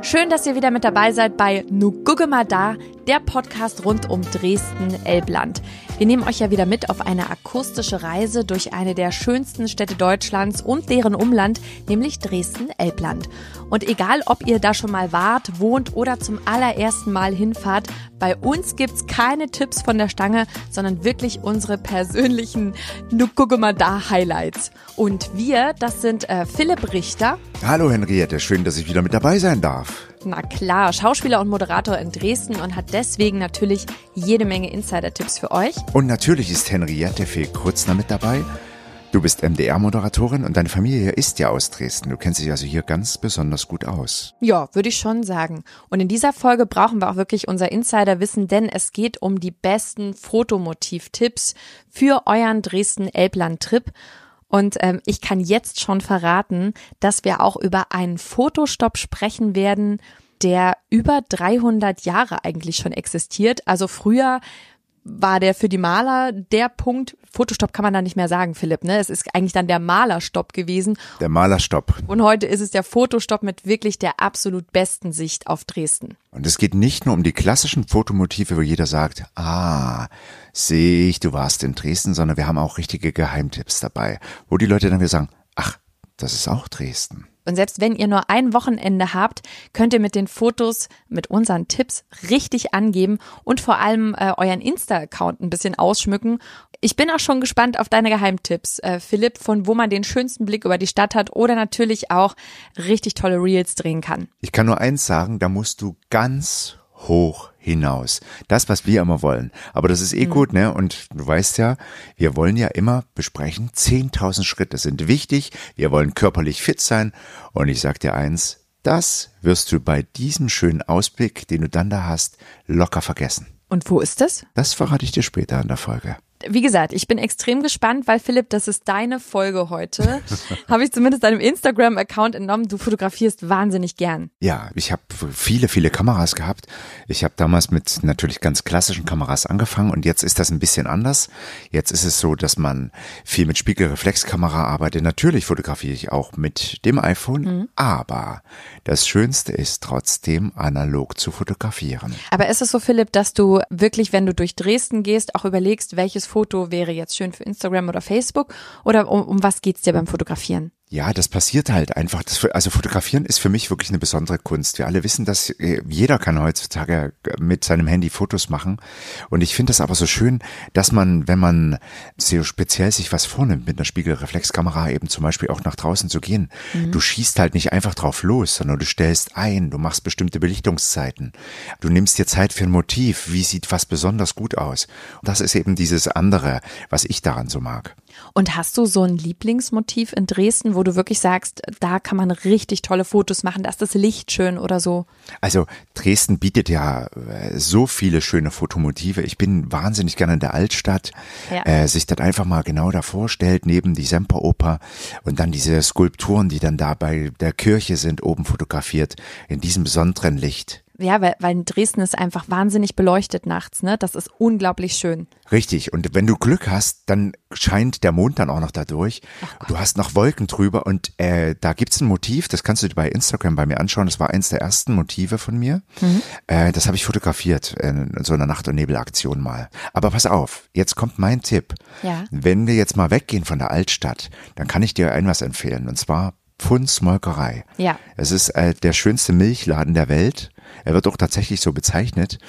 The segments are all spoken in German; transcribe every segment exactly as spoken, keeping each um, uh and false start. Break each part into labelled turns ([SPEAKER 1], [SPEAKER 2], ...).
[SPEAKER 1] Schön, dass ihr wieder mit dabei seid bei Nu gucke mal da, der Podcast rund um Dresden-Elbland. Wir nehmen euch ja wieder mit auf eine akustische Reise durch eine der schönsten Städte Deutschlands und deren Umland, nämlich Dresden-Elbland. Und egal, ob ihr da schon mal wart, wohnt oder zum allerersten Mal hinfahrt, bei uns gibt's keine Tipps von der Stange, sondern wirklich unsere persönlichen Nu gucke mal da Highlights. Und wir, das sind äh, Philipp Richter.
[SPEAKER 2] Hallo Henriette, schön, dass ich wieder mit dabei sein darf.
[SPEAKER 1] Na klar, Schauspieler und Moderator in Dresden und hat deswegen natürlich jede Menge Insider-Tipps für euch.
[SPEAKER 2] Und natürlich ist Henriette Fee-Krutzner mit dabei. Du bist M D R-Moderatorin und deine Familie ist ja aus Dresden. Du kennst dich also hier ganz besonders gut aus.
[SPEAKER 1] Ja, würde ich schon sagen. Und in dieser Folge brauchen wir auch wirklich unser Insiderwissen, denn es geht um die besten Fotomotiv-Tipps für euren Dresden-Elbland-Trip. Und ähm, ich kann jetzt schon verraten, dass wir auch über einen Fotostopp sprechen werden, der über dreihundert Jahre eigentlich schon existiert. Also früher war der für die Maler der Punkt, Fotostopp kann man da nicht mehr sagen, Philipp, ne? Es ist eigentlich dann der Malerstopp gewesen.
[SPEAKER 2] Der Malerstopp.
[SPEAKER 1] Und heute ist es der Fotostopp mit wirklich der absolut besten Sicht auf Dresden.
[SPEAKER 2] Und es geht nicht nur um die klassischen Fotomotive, wo jeder sagt, ah, sehe ich, du warst in Dresden, sondern wir haben auch richtige Geheimtipps dabei, wo die Leute dann wieder sagen, ach, das ist auch Dresden.
[SPEAKER 1] Und selbst wenn ihr nur ein Wochenende habt, könnt ihr mit den Fotos, mit unseren Tipps richtig angeben und vor allem äh, euren Insta-Account ein bisschen ausschmücken. Ich bin auch schon gespannt auf deine Geheimtipps, äh, Philipp, von wo man den schönsten Blick über die Stadt hat oder natürlich auch richtig tolle Reels drehen kann.
[SPEAKER 2] Ich kann nur eins sagen, da musst du ganz hoch hinaus. Das, was wir immer wollen. Aber das ist eh mhm. gut, ne? Und du weißt ja, wir wollen ja immer besprechen, zehntausend Schritte sind wichtig. Wir wollen körperlich fit sein. Und ich sag dir eins, das wirst du bei diesem schönen Ausblick, den du dann da hast, locker vergessen.
[SPEAKER 1] Und wo ist das?
[SPEAKER 2] Das verrate ich dir später in der Folge.
[SPEAKER 1] Wie gesagt, ich bin extrem gespannt, weil Philipp, das ist deine Folge heute. Habe ich zumindest deinem Instagram-Account entnommen. Du fotografierst wahnsinnig gern.
[SPEAKER 2] Ja, ich habe viele, viele Kameras gehabt. Ich habe damals mit natürlich ganz klassischen Kameras angefangen und jetzt ist das ein bisschen anders. Jetzt ist es so, dass man viel mit Spiegelreflexkamera arbeitet. Natürlich fotografiere ich auch mit dem iPhone, mhm. aber das Schönste ist trotzdem analog zu fotografieren.
[SPEAKER 1] Aber ist es so, Philipp, dass du wirklich, wenn du durch Dresden gehst, auch überlegst, welches Foto wäre jetzt schön für Instagram oder Facebook oder um, um was geht's dir beim Fotografieren?
[SPEAKER 2] Ja, das passiert halt einfach. Das, also fotografieren ist für mich wirklich eine besondere Kunst. Wir alle wissen, dass jeder kann heutzutage mit seinem Handy Fotos machen. Und ich finde das aber so schön, dass man, wenn man sehr speziell sich was vornimmt, mit einer Spiegelreflexkamera eben zum Beispiel auch nach draußen zu gehen, mhm. du schießt halt nicht einfach drauf los, sondern du stellst ein, du machst bestimmte Belichtungszeiten. Du nimmst dir Zeit für ein Motiv. Wie sieht was besonders gut aus? Und das ist eben dieses andere, was ich daran so mag.
[SPEAKER 1] Und hast du so ein Lieblingsmotiv in Dresden, wo du wirklich sagst, da kann man richtig tolle Fotos machen, da ist das Licht schön oder so?
[SPEAKER 2] Also Dresden bietet ja so viele schöne Fotomotive. Ich bin wahnsinnig gerne in der Altstadt, ja. äh, sich das einfach mal genau davor stellt, neben die Semperoper und dann diese Skulpturen, die dann da bei der Kirche sind, oben fotografiert, in diesem besonderen Licht.
[SPEAKER 1] Ja, weil, weil Dresden ist einfach wahnsinnig beleuchtet nachts, ne? Das ist unglaublich schön.
[SPEAKER 2] Richtig. Und wenn du Glück hast, dann scheint der Mond dann auch noch da durch. Du hast noch Wolken drüber und äh, da gibt's ein Motiv, das kannst du dir bei Instagram bei mir anschauen. Das war eins der ersten Motive von mir. Mhm. Äh, das habe ich fotografiert in, in so einer Nacht- und Nebelaktion mal. Aber pass auf, jetzt kommt mein Tipp.
[SPEAKER 1] Ja.
[SPEAKER 2] Wenn wir jetzt mal weggehen von der Altstadt, dann kann ich dir ein was empfehlen. Und zwar Pfunds Molkerei.
[SPEAKER 1] Ja.
[SPEAKER 2] Es ist äh, der schönste Milchladen der Welt. Er wird auch tatsächlich so bezeichnet.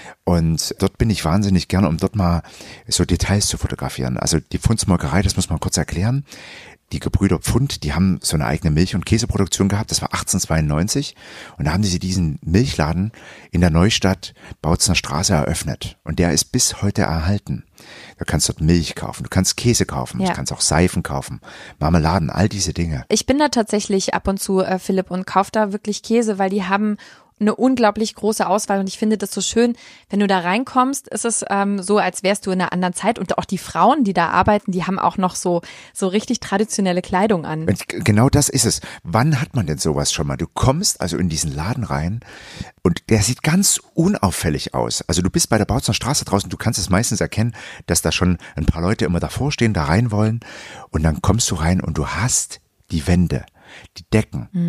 [SPEAKER 2] Und dort bin ich wahnsinnig gerne, um dort mal so Details zu fotografieren. Also die Pfunds Molkerei, das muss man kurz erklären. Die Gebrüder Pfund, die haben so eine eigene Milch- und Käseproduktion gehabt. Das war achtzehnhundertzweiundneunzig. Und da haben sie diesen Milchladen in der Neustadt Bautzner Straße eröffnet. Und der ist bis heute erhalten. Du kannst dort Milch kaufen, du kannst Käse kaufen, ja. Du kannst auch Seifen kaufen, Marmeladen, all diese Dinge.
[SPEAKER 1] Ich bin da tatsächlich ab und zu, äh, Philipp, und kauf da wirklich Käse, weil die haben eine unglaublich große Auswahl und ich finde das so schön, wenn du da reinkommst, ist es ähm, so, als wärst du in einer anderen Zeit und auch die Frauen, die da arbeiten, die haben auch noch so so richtig traditionelle Kleidung an.
[SPEAKER 2] Genau das ist es. Wann hat man denn sowas schon mal? Du kommst also in diesen Laden rein und der sieht ganz unauffällig aus. Also du bist bei der Bautzner Straße draußen, du kannst es meistens erkennen, dass da schon ein paar Leute immer davor stehen, da rein wollen und dann kommst du rein und du hast die Wände, die Decken, mhm.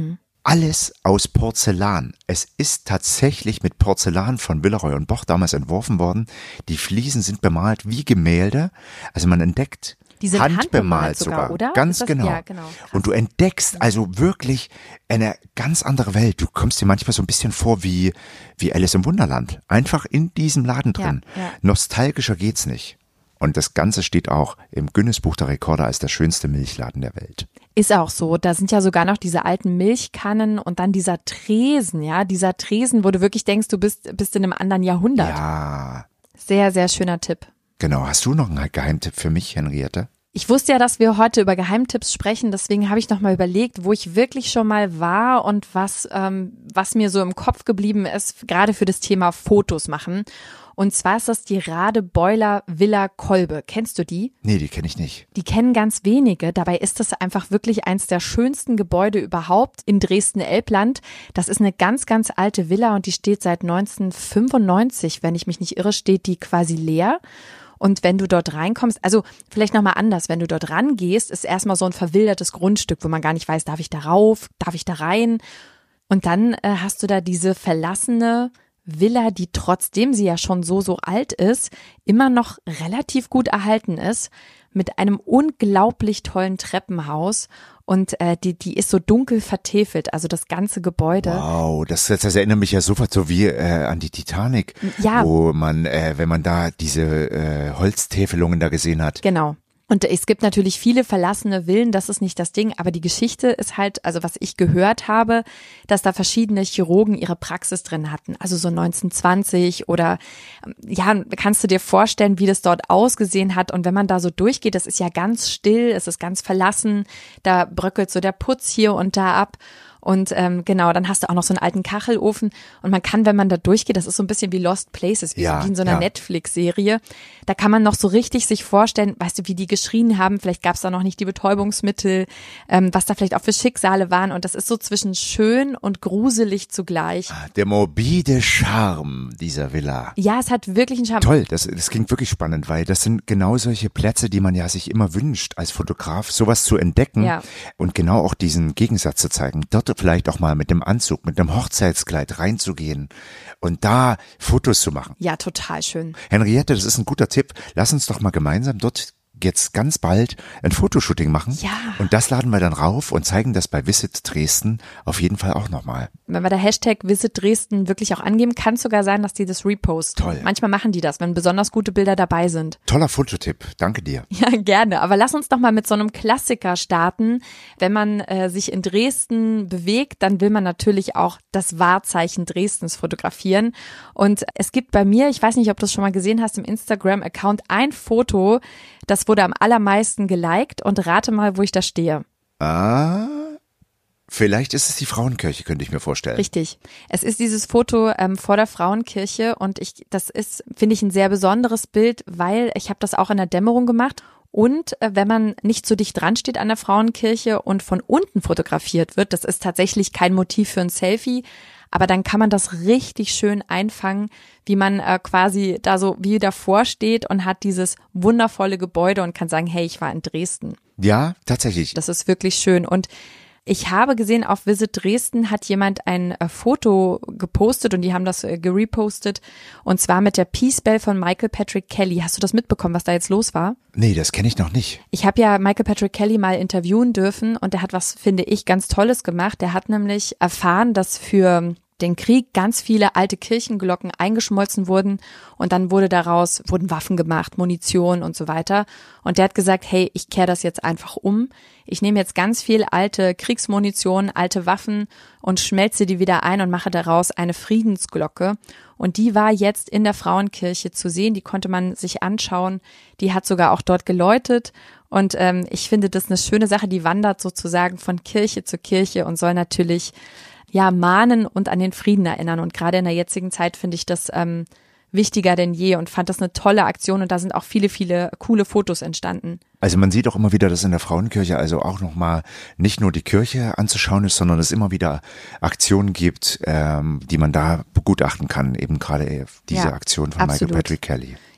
[SPEAKER 2] alles aus Porzellan. Es ist tatsächlich mit Porzellan von Villeroy und Boch damals entworfen worden. Die Fliesen sind bemalt wie Gemälde. Also man entdeckt
[SPEAKER 1] Die sind
[SPEAKER 2] handbemalt
[SPEAKER 1] handbemalt
[SPEAKER 2] sogar,
[SPEAKER 1] sogar, oder?
[SPEAKER 2] Ganz
[SPEAKER 1] Ist das-
[SPEAKER 2] genau.
[SPEAKER 1] ja, genau. Krass.
[SPEAKER 2] Und du entdeckst also wirklich eine ganz andere Welt. Du kommst dir manchmal so ein bisschen vor wie, wie Alice im Wunderland. Einfach in diesem Laden drin.
[SPEAKER 1] Ja, ja.
[SPEAKER 2] Nostalgischer geht's nicht. Und das Ganze steht auch im Guinness-Buch der Rekorde als der schönste Milchladen der Welt.
[SPEAKER 1] Ist auch so. Da sind ja sogar noch diese alten Milchkannen und dann dieser Tresen, ja, dieser Tresen, wo du wirklich denkst, du bist, bist in einem anderen Jahrhundert.
[SPEAKER 2] Ja,
[SPEAKER 1] Sehr, sehr schöner Tipp.
[SPEAKER 2] genau. Hast du noch einen Geheimtipp für mich, Henriette?
[SPEAKER 1] Ich wusste ja, dass wir heute über Geheimtipps sprechen, deswegen habe ich noch mal überlegt, wo ich wirklich schon mal war und was, ähm, was mir so im Kopf geblieben ist, gerade für das Thema Fotos machen. Und zwar ist das die Radebeuler Villa Kolbe. Kennst du die?
[SPEAKER 2] Nee, die kenne ich nicht.
[SPEAKER 1] Die kennen ganz wenige. Dabei ist das einfach wirklich eins der schönsten Gebäude überhaupt in Dresden-Elbland. Das ist eine ganz, ganz alte Villa und die steht seit neunzehnhundertfünfundneunzig, wenn ich mich nicht irre, steht die quasi leer. Und wenn du dort reinkommst, also vielleicht nochmal anders, wenn du dort rangehst, ist erstmal so ein verwildertes Grundstück, wo man gar nicht weiß, darf ich da rauf, darf ich da rein? Und dann äh, hast du da diese verlassene Villa, die trotzdem sie ja schon so, so alt ist, immer noch relativ gut erhalten ist, mit einem unglaublich tollen Treppenhaus und äh, die, die ist so dunkel vertäfelt, also das ganze Gebäude.
[SPEAKER 2] Wow, das, das, das erinnert mich ja sofort so wie äh, an die Titanic,
[SPEAKER 1] Ja.
[SPEAKER 2] wo man, äh, wenn man da diese äh, Holztäfelungen da gesehen hat.
[SPEAKER 1] Genau. Und es gibt natürlich viele verlassene Villen, das ist nicht das Ding, aber die Geschichte ist halt, also was ich gehört habe, dass da verschiedene Chirurgen ihre Praxis drin hatten, also so neunzehnhundertzwanzig oder, ja, kannst du dir vorstellen, wie das dort ausgesehen hat und wenn man da so durchgeht, das ist ja ganz still, es ist ganz verlassen, da bröckelt so der Putz hier und da ab. Und ähm, genau, dann hast du auch noch so einen alten Kachelofen und man kann, wenn man da durchgeht, das ist so ein bisschen wie Lost Places, wie,
[SPEAKER 2] Ja,
[SPEAKER 1] so, wie in so einer
[SPEAKER 2] ja.
[SPEAKER 1] Netflix-Serie. Da kann man noch so richtig sich vorstellen, weißt du, wie die geschrien haben, vielleicht gab es da noch nicht die Betäubungsmittel, ähm, was da vielleicht auch für Schicksale waren und das ist so zwischen schön und gruselig zugleich.
[SPEAKER 2] Der morbide Charme dieser Villa.
[SPEAKER 1] Ja, es hat wirklich einen Charme.
[SPEAKER 2] Toll, das, das klingt wirklich spannend, weil das sind genau solche Plätze, die man ja sich immer wünscht als Fotograf, sowas zu entdecken
[SPEAKER 1] Ja.
[SPEAKER 2] und genau auch diesen Gegensatz zu zeigen. Dort vielleicht auch mal mit dem Anzug, mit dem Hochzeitskleid reinzugehen und da Fotos zu machen.
[SPEAKER 1] Ja, total schön.
[SPEAKER 2] Henriette, das ist ein guter Tipp. Lass uns doch mal gemeinsam dort jetzt ganz bald ein Fotoshooting machen.
[SPEAKER 1] Ja.
[SPEAKER 2] Und das laden wir dann rauf und zeigen das bei Visit Dresden auf jeden Fall auch nochmal.
[SPEAKER 1] Wenn wir der Hashtag Visit Dresden wirklich auch angeben, kann es sogar sein, dass die das reposten.
[SPEAKER 2] Toll.
[SPEAKER 1] Manchmal machen die das, wenn besonders gute Bilder dabei sind.
[SPEAKER 2] Toller Fototipp, danke dir.
[SPEAKER 1] Ja, gerne. Aber lass uns doch mal mit so einem Klassiker starten. Wenn man äh, sich in Dresden bewegt, dann will man natürlich auch das Wahrzeichen Dresdens fotografieren. Und es gibt bei mir, ich weiß nicht, ob du es schon mal gesehen hast, im Instagram-Account ein Foto, das wurde am allermeisten geliked und rate mal, wo ich da stehe.
[SPEAKER 2] Ah, vielleicht ist es die Frauenkirche, könnte ich mir vorstellen.
[SPEAKER 1] Richtig. Es ist dieses Foto ähm, vor der Frauenkirche und ich, das ist, finde ich, ein sehr besonderes Bild, weil ich habe das auch in der Dämmerung gemacht. Und äh, wenn man nicht so dicht dran steht an der Frauenkirche und von unten fotografiert wird, das ist tatsächlich kein Motiv für ein Selfie, aber dann kann man das richtig schön einfangen, wie man äh, quasi da so wie davor steht und hat dieses wundervolle Gebäude und kann sagen, hey, ich war in Dresden.
[SPEAKER 2] Ja, tatsächlich.
[SPEAKER 1] Das ist wirklich schön. Und ich habe gesehen, auf Visit Dresden hat jemand ein äh, Foto gepostet und die haben das äh, gerepostet und zwar mit der Peace Bell von Michael Patrick Kelly. Hast du das mitbekommen, was da jetzt los war?
[SPEAKER 2] Nee, das kenne ich noch nicht.
[SPEAKER 1] Ich habe ja Michael Patrick Kelly mal interviewen dürfen und der hat was, finde ich, ganz Tolles gemacht. Der hat nämlich erfahren, dass für den Krieg ganz viele alte Kirchenglocken eingeschmolzen wurden und dann wurde daraus, wurden Waffen gemacht, Munition und so weiter. Und der hat gesagt, hey, ich kehre das jetzt einfach um. Ich nehme jetzt ganz viel alte Kriegsmunition, alte Waffen und schmelze die wieder ein und mache daraus eine Friedensglocke. Und die war jetzt in der Frauenkirche zu sehen, die konnte man sich anschauen. Die hat sogar auch dort geläutet. Und ähm, ich finde das eine schöne Sache, die wandert sozusagen von Kirche zu Kirche und soll natürlich ja mahnen und an den Frieden erinnern. Und gerade in der jetzigen Zeit finde ich das ähm, wichtiger denn je und fand das eine tolle Aktion und da sind auch viele, viele coole Fotos entstanden.
[SPEAKER 2] Also man sieht auch immer wieder, dass in der Frauenkirche also auch nochmal nicht nur die Kirche anzuschauen ist, sondern es immer wieder Aktionen gibt, ähm, die man da begutachten kann. Eben gerade diese
[SPEAKER 1] Ja,
[SPEAKER 2] Aktion von
[SPEAKER 1] absolut.
[SPEAKER 2] Michael Patrick Kelly.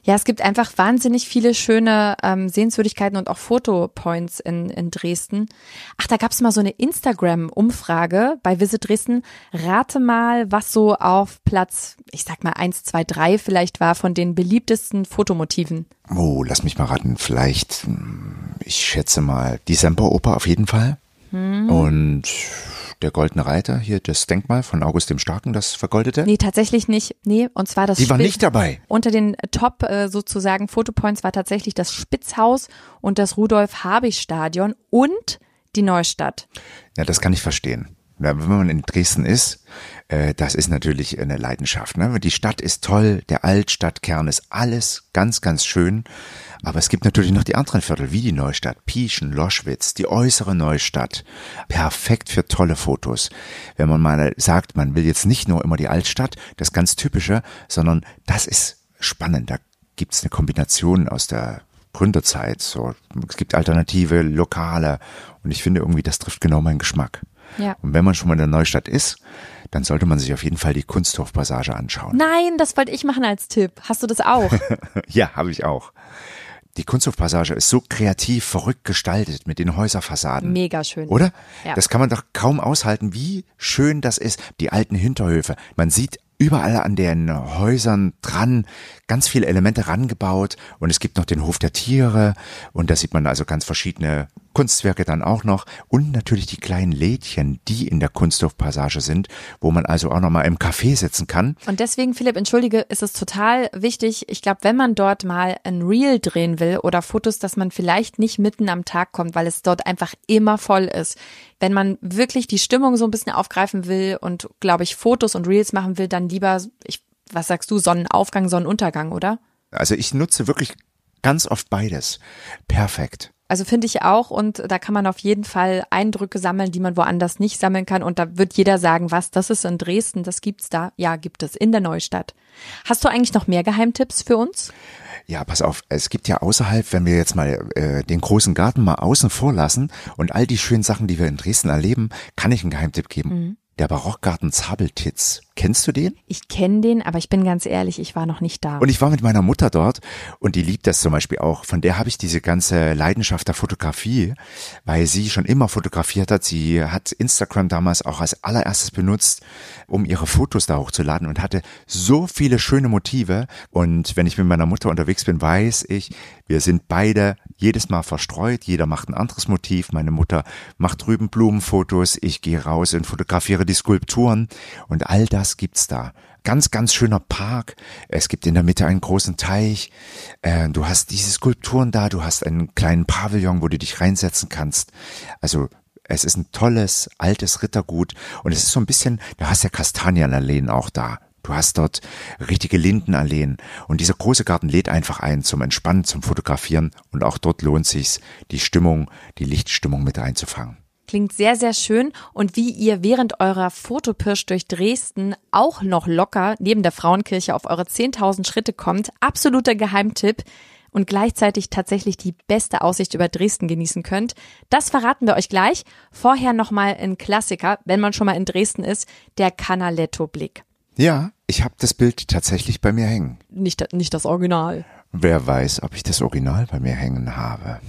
[SPEAKER 1] Ja, es gibt einfach wahnsinnig viele schöne ähm, Sehenswürdigkeiten und auch Fotopoints in, in Dresden. Ach, da gab es mal so eine Instagram-Umfrage bei Visit Dresden. Rate mal, was so auf Platz, ich sag mal eins, zwei, drei vielleicht war von den beliebtesten Fotomotiven.
[SPEAKER 2] Oh, lass mich mal raten. Vielleicht, ich schätze mal, die Semperoper auf jeden Fall. Hm. Und der Goldene Reiter, hier das Denkmal von August dem Starken, das vergoldete?
[SPEAKER 1] Nee, tatsächlich nicht. Nee, und zwar das
[SPEAKER 2] Die waren nicht dabei.
[SPEAKER 1] Unter den Top äh, sozusagen Fotopoints war tatsächlich das Spitzhaus und das Rudolf-Habich-Stadion und die Neustadt.
[SPEAKER 2] Ja, das kann ich verstehen. Wenn man in Dresden ist, äh, das ist natürlich eine Leidenschaft. Ne? Die Stadt ist toll, der Altstadtkern ist alles ganz, ganz schön. Aber es gibt natürlich noch die anderen Viertel, wie die Neustadt, Pieschen, Loschwitz, die äußere Neustadt. Perfekt für tolle Fotos. Wenn man mal sagt, man will jetzt nicht nur immer die Altstadt, das ganz Typische, sondern das ist spannend. Da gibt es eine Kombination aus der Gründerzeit. So, es gibt alternative Lokale und ich finde irgendwie, das trifft genau meinen Geschmack.
[SPEAKER 1] Ja.
[SPEAKER 2] Und wenn man schon mal in der Neustadt ist, dann sollte man sich auf jeden Fall die Kunsthofpassage anschauen.
[SPEAKER 1] Nein, das wollte ich machen als Tipp. Hast du das auch?
[SPEAKER 2] Ja, habe ich auch. Die Kunsthofpassage ist so kreativ, verrückt gestaltet mit den Häuserfassaden.
[SPEAKER 1] Mega schön.
[SPEAKER 2] Oder?
[SPEAKER 1] Ja.
[SPEAKER 2] Das kann man doch kaum aushalten, wie schön das ist. Die alten Hinterhöfe. Man sieht überall an den Häusern dran ganz viele Elemente rangebaut und es gibt noch den Hof der Tiere und da sieht man also ganz verschiedene Kunstwerke dann auch noch und natürlich die kleinen Lädchen, die in der Kunsthofpassage sind, wo man also auch noch mal im Café sitzen kann.
[SPEAKER 1] Und deswegen, Philipp, entschuldige, ist es total wichtig, ich glaube, wenn man dort mal ein Reel drehen will oder Fotos, dass man vielleicht nicht mitten am Tag kommt, weil es dort einfach immer voll ist. Wenn man wirklich die Stimmung so ein bisschen aufgreifen will und, glaube ich, Fotos und Reels machen will, dann lieber, ich, was sagst du, Sonnenaufgang, Sonnenuntergang, oder?
[SPEAKER 2] Also ich nutze wirklich ganz oft beides. Perfekt.
[SPEAKER 1] Also finde ich auch und da kann man auf jeden Fall Eindrücke sammeln, die man woanders nicht sammeln kann und da wird jeder sagen, was, das ist in Dresden, das gibt's da. Ja, gibt es in der Neustadt. Hast du eigentlich noch mehr Geheimtipps für uns?
[SPEAKER 2] Ja, pass auf, es gibt ja außerhalb, wenn wir jetzt mal äh, den großen Garten mal außen vor lassen und all die schönen Sachen, die wir in Dresden erleben, kann ich einen Geheimtipp geben. Mhm. Der Barockgarten Zabeltitz. Kennst du den?
[SPEAKER 1] Ich kenne den, aber ich bin ganz ehrlich, ich war noch nicht da.
[SPEAKER 2] Und ich war mit meiner Mutter dort und die liebt das zum Beispiel auch. Von der habe ich diese ganze Leidenschaft der Fotografie, weil sie schon immer fotografiert hat. Sie hat Instagram damals auch als allererstes benutzt, um ihre Fotos da hochzuladen und hatte so viele schöne Motive. Und wenn ich mit meiner Mutter unterwegs bin, weiß ich, wir sind beide jedes Mal verstreut. Jeder macht ein anderes Motiv. Meine Mutter macht drüben Blumenfotos. Ich gehe raus und fotografiere die Skulpturen und all das gibt's da. Ganz, ganz schöner Park. Es gibt in der Mitte einen großen Teich. Äh, du hast diese Skulpturen da. Du hast einen kleinen Pavillon, wo du dich reinsetzen kannst. Also es ist ein tolles, altes Rittergut und es ist so ein bisschen, du hast ja Kastanienalleen auch da. Du hast dort richtige Lindenalleen und dieser große Garten lädt einfach ein zum Entspannen, zum Fotografieren und auch dort lohnt sich's, die Stimmung, die Lichtstimmung mit einzufangen.
[SPEAKER 1] Klingt sehr, sehr schön. Und wie ihr während eurer Fotopirsch durch Dresden auch noch locker neben der Frauenkirche auf eure zehntausend Schritte kommt, absoluter Geheimtipp und gleichzeitig tatsächlich die beste Aussicht über Dresden genießen könnt, das verraten wir euch gleich. Vorher nochmal ein Klassiker, wenn man schon mal in Dresden ist, der Canaletto-Blick.
[SPEAKER 2] Ja, ich habe das Bild tatsächlich bei mir hängen.
[SPEAKER 1] Nicht, nicht das Original.
[SPEAKER 2] Wer weiß, ob ich das Original bei mir hängen habe.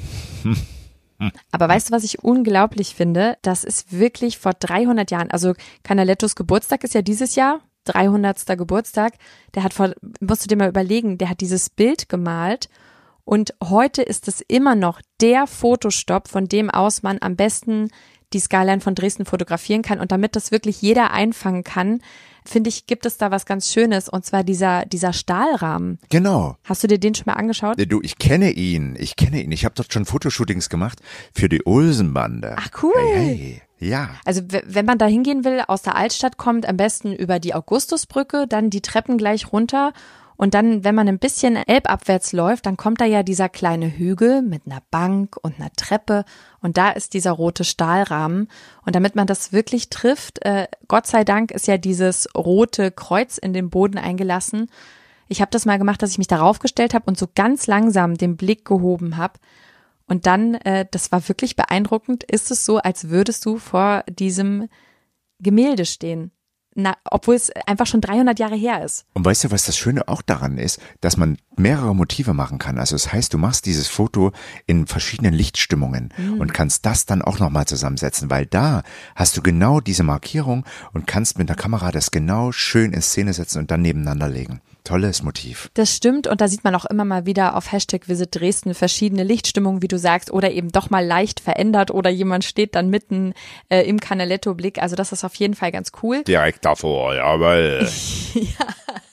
[SPEAKER 1] Aber weißt du, was ich unglaublich finde? Das ist wirklich vor dreihundert Jahren, also Canalettos Geburtstag ist ja dieses Jahr, dreihundertster Geburtstag. Der hat vor, musst du dir mal überlegen, der hat dieses Bild gemalt und heute ist es immer noch der Fotostopp, von dem aus man am besten die Skyline von Dresden fotografieren kann. Und damit das wirklich jeder einfangen kann, finde ich, gibt es da was ganz Schönes, und zwar dieser dieser Stahlrahmen.
[SPEAKER 2] Genau.
[SPEAKER 1] Hast du dir den schon mal angeschaut?
[SPEAKER 2] Du, ich kenne ihn, ich kenne ihn. Ich habe dort schon Fotoshootings gemacht für die Olsenbande.
[SPEAKER 1] Ach cool.
[SPEAKER 2] Hey, hey. Ja.
[SPEAKER 1] Also w- wenn man da hingehen will, aus der Altstadt kommt, am besten über die Augustusbrücke, dann die Treppen gleich runter. Und dann, wenn man ein bisschen elbabwärts läuft, dann kommt da ja dieser kleine Hügel mit einer Bank und einer Treppe und da ist dieser rote Stahlrahmen. Und damit man das wirklich trifft, äh, Gott sei Dank ist ja dieses rote Kreuz in den Boden eingelassen. Ich habe das mal gemacht, dass ich mich darauf gestellt habe und so ganz langsam den Blick gehoben habe. Und dann, äh, das war wirklich beeindruckend, ist es so, als würdest du vor diesem Gemälde stehen. na, obwohl es einfach schon dreihundert Jahre her ist.
[SPEAKER 2] Und weißt du, was das Schöne auch daran ist, dass man mehrere Motive machen kann. Also das heißt, du machst dieses Foto in verschiedenen Lichtstimmungen mhm. und kannst das dann auch nochmal zusammensetzen, weil da hast du genau diese Markierung und kannst mit der Kamera das genau schön in Szene setzen und dann nebeneinander legen. Tolles Motiv.
[SPEAKER 1] Das stimmt und da sieht man auch immer mal wieder auf Hashtag Visit Dresden verschiedene Lichtstimmungen, wie du sagst, oder eben doch mal leicht verändert oder jemand steht dann mitten äh, im Canaletto-Blick. Also das ist auf jeden Fall ganz cool.
[SPEAKER 2] Direkt davor, jawohl.
[SPEAKER 1] Ja.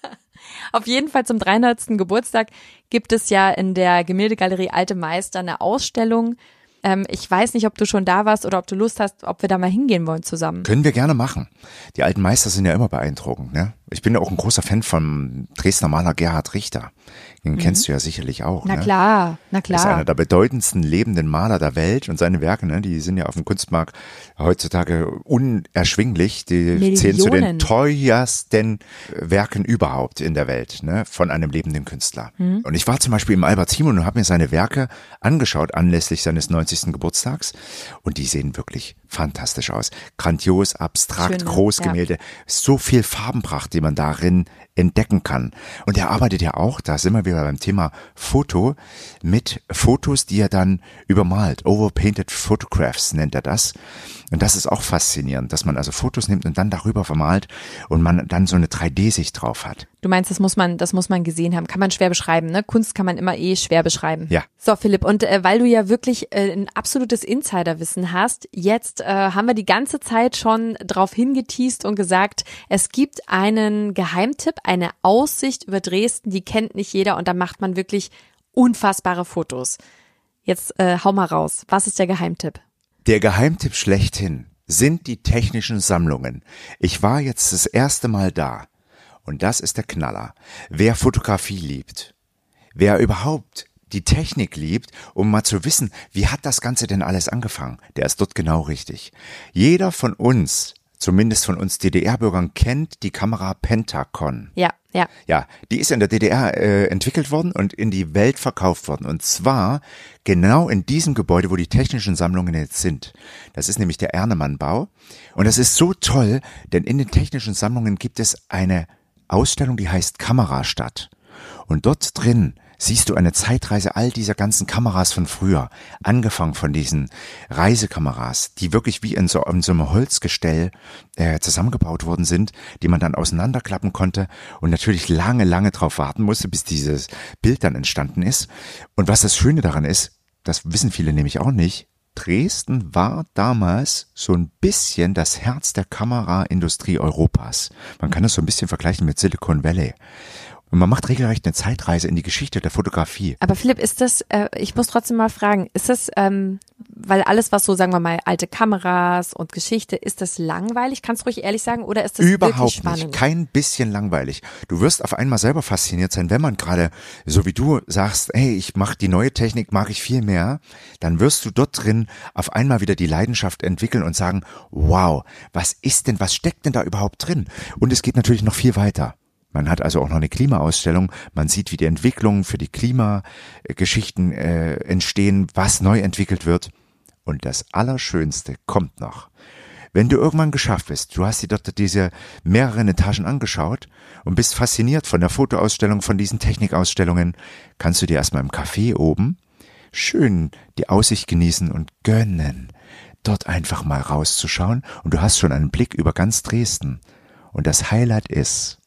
[SPEAKER 1] Auf jeden Fall zum dreihundertsten Geburtstag gibt es ja in der Gemäldegalerie Alte Meister eine Ausstellung. Ähm, ich weiß nicht, ob du schon da warst oder ob du Lust hast, ob wir da mal hingehen wollen zusammen.
[SPEAKER 2] Können wir gerne machen. Die alten Meister sind ja immer beeindruckend, ne? Ich bin ja auch ein großer Fan vom Dresdner Maler Gerhard Richter. Den mhm. kennst du ja sicherlich auch.
[SPEAKER 1] Na
[SPEAKER 2] ne?
[SPEAKER 1] klar, na klar.
[SPEAKER 2] Ist einer der bedeutendsten lebenden Maler der Welt und seine Werke, ne, die sind ja auf dem Kunstmarkt heutzutage unerschwinglich. Die
[SPEAKER 1] Millionen.
[SPEAKER 2] Zählen zu den teuersten Werken überhaupt in der Welt, ne, von einem lebenden Künstler. Mhm. Und ich war zum Beispiel im Albert Simon und habe mir seine Werke angeschaut anlässlich seines neunzigsten Geburtstags und die sehen wirklich fantastisch aus. Grandios, abstrakt,
[SPEAKER 1] Schön,
[SPEAKER 2] Großgemälde, ja. So viel Farbenpracht, die man darin entdecken kann. Und er arbeitet ja auch, da sind wir wieder beim Thema Foto, mit Fotos, die er dann übermalt. Overpainted Photographs nennt er das. Und das ist auch faszinierend, dass man also Fotos nimmt und dann darüber vermalt und man dann so eine drei D-Sicht drauf hat.
[SPEAKER 1] Du meinst, das muss man, das muss man gesehen haben. Kann man schwer beschreiben, ne? Kunst kann man immer eh schwer beschreiben.
[SPEAKER 2] Ja.
[SPEAKER 1] So, Philipp, und äh, weil du ja wirklich äh, ein absolutes Insiderwissen hast, jetzt äh, haben wir die ganze Zeit schon drauf hingeteast und gesagt, es gibt einen Geheimtipp, eine Aussicht über Dresden, die kennt nicht jeder und da macht man wirklich unfassbare Fotos. Jetzt äh, hau mal raus. Was ist der Geheimtipp?
[SPEAKER 2] Der Geheimtipp schlechthin sind die technischen Sammlungen. Ich war jetzt das erste Mal da und das ist der Knaller. Wer Fotografie liebt, wer überhaupt die Technik liebt, um mal zu wissen, wie hat das Ganze denn alles angefangen, der ist dort genau richtig. Jeder von uns, zumindest von uns D D R-Bürgern, kennt die Kamera Pentacon.
[SPEAKER 1] Ja, ja.
[SPEAKER 2] Ja, die ist in der D D R äh, entwickelt worden und in die Welt verkauft worden. Und zwar genau in diesem Gebäude, wo die technischen Sammlungen jetzt sind. Das ist nämlich der Ernemann-Bau. Und das ist so toll, denn in den technischen Sammlungen gibt es eine Ausstellung, die heißt Kamerastadt. Und dort drin siehst du eine Zeitreise all dieser ganzen Kameras von früher, angefangen von diesen Reisekameras, die wirklich wie in so, in so einem Holzgestell äh, zusammengebaut worden sind, die man dann auseinanderklappen konnte und natürlich lange, lange drauf warten musste, bis dieses Bild dann entstanden ist. Und was das Schöne daran ist, das wissen viele nämlich auch nicht, Dresden war damals so ein bisschen das Herz der Kameraindustrie Europas. Man kann das so ein bisschen vergleichen mit Silicon Valley. Und man macht regelrecht eine Zeitreise in die Geschichte der Fotografie.
[SPEAKER 1] Aber Philipp, ist das, äh, ich muss trotzdem mal fragen, ist das, ähm, weil alles, was so, sagen wir mal, alte Kameras und Geschichte, ist das langweilig? Kannst du ruhig ehrlich sagen, oder ist das
[SPEAKER 2] Überhaupt
[SPEAKER 1] wirklich spannend?
[SPEAKER 2] Nicht, kein bisschen langweilig. Du wirst auf einmal selber fasziniert sein, wenn man gerade, so wie du sagst, hey, ich mache die neue Technik, mag ich viel mehr, dann wirst du dort drin auf einmal wieder die Leidenschaft entwickeln und sagen, wow, was ist denn, was steckt denn da überhaupt drin? Und es geht natürlich noch viel weiter. Man hat also auch noch eine Klimaausstellung. Man sieht, wie die Entwicklungen für die Klimageschichten äh, entstehen, was neu entwickelt wird. Und das Allerschönste kommt noch. Wenn du irgendwann geschafft bist, du hast dir dort diese mehreren Etagen angeschaut und bist fasziniert von der Fotoausstellung, von diesen Technikausstellungen, kannst du dir erstmal im Café oben schön die Aussicht genießen und gönnen, dort einfach mal rauszuschauen. Und du hast schon einen Blick über ganz Dresden. Und das Highlight ist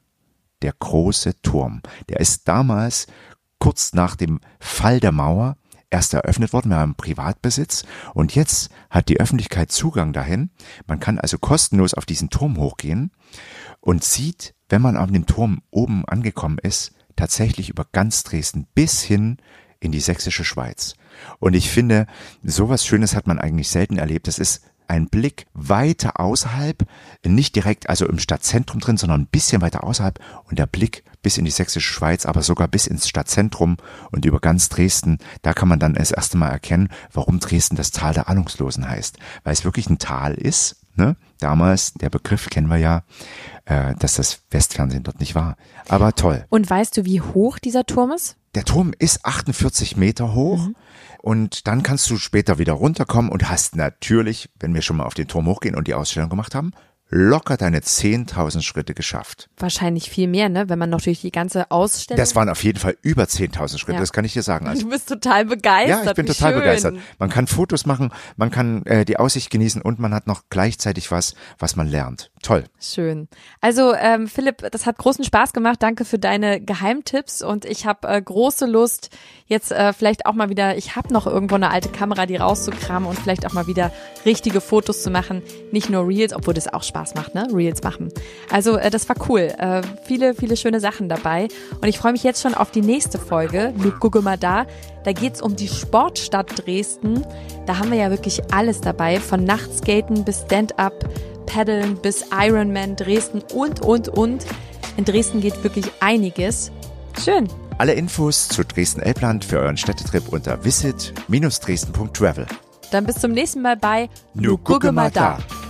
[SPEAKER 2] der große Turm. Der ist damals kurz nach dem Fall der Mauer erst eröffnet worden, wir haben Privatbesitz und jetzt hat die Öffentlichkeit Zugang dahin. Man kann also kostenlos auf diesen Turm hochgehen und sieht, wenn man an dem Turm oben angekommen ist, tatsächlich über ganz Dresden bis hin in die sächsische Schweiz. Und ich finde, sowas Schönes hat man eigentlich selten erlebt. Das ist ein Blick weiter außerhalb, nicht direkt also im Stadtzentrum drin, sondern ein bisschen weiter außerhalb und der Blick bis in die sächsische Schweiz, aber sogar bis ins Stadtzentrum und über ganz Dresden. Da kann man dann das erste Mal erkennen, warum Dresden das Tal der Ahnungslosen heißt. Weil es wirklich ein Tal ist, ne? Damals, der Begriff kennen wir ja, äh, dass das Westfernsehen dort nicht war. Aber toll.
[SPEAKER 1] Und weißt du, wie hoch dieser Turm ist?
[SPEAKER 2] Der Turm ist achtundvierzig Meter hoch. Mhm. Und dann kannst du später wieder runterkommen und hast natürlich, wenn wir schon mal auf den Turm hochgehen und die Ausstellung gemacht haben, locker deine zehntausend Schritte geschafft.
[SPEAKER 1] Wahrscheinlich viel mehr, ne? Wenn man noch durch die ganze Ausstellung...
[SPEAKER 2] Das waren auf jeden Fall über zehntausend Schritte, ja. Das kann ich dir sagen. Also,
[SPEAKER 1] du bist total begeistert.
[SPEAKER 2] Ja, ich bin
[SPEAKER 1] Wie
[SPEAKER 2] total
[SPEAKER 1] schön.
[SPEAKER 2] begeistert. Man kann Fotos machen, man kann äh, die Aussicht genießen und man hat noch gleichzeitig was, was man lernt. Toll.
[SPEAKER 1] Schön. Also ähm, Philipp, das hat großen Spaß gemacht. Danke für deine Geheimtipps und ich habe äh, große Lust, jetzt äh, vielleicht auch mal wieder, ich habe noch irgendwo eine alte Kamera, die rauszukramen und vielleicht auch mal wieder richtige Fotos zu machen. Nicht nur Reels, obwohl das auch Spaß macht, ne? Reels machen. Also äh, das war cool. Äh, viele, viele schöne Sachen dabei und ich freue mich jetzt schon auf die nächste Folge. Nu gucke mal da. Da geht's um die Sportstadt Dresden. Da haben wir ja wirklich alles dabei, von Nachtskaten bis Stand-up, Paddeln bis Ironman, Dresden und, und, und. In Dresden geht wirklich einiges. Schön.
[SPEAKER 2] Alle Infos zu Dresden-Elbland für euren Städtetrip unter visit Bindestrich dresden Punkt travel.
[SPEAKER 1] Dann bis zum nächsten Mal bei
[SPEAKER 2] Nu gucke mal da.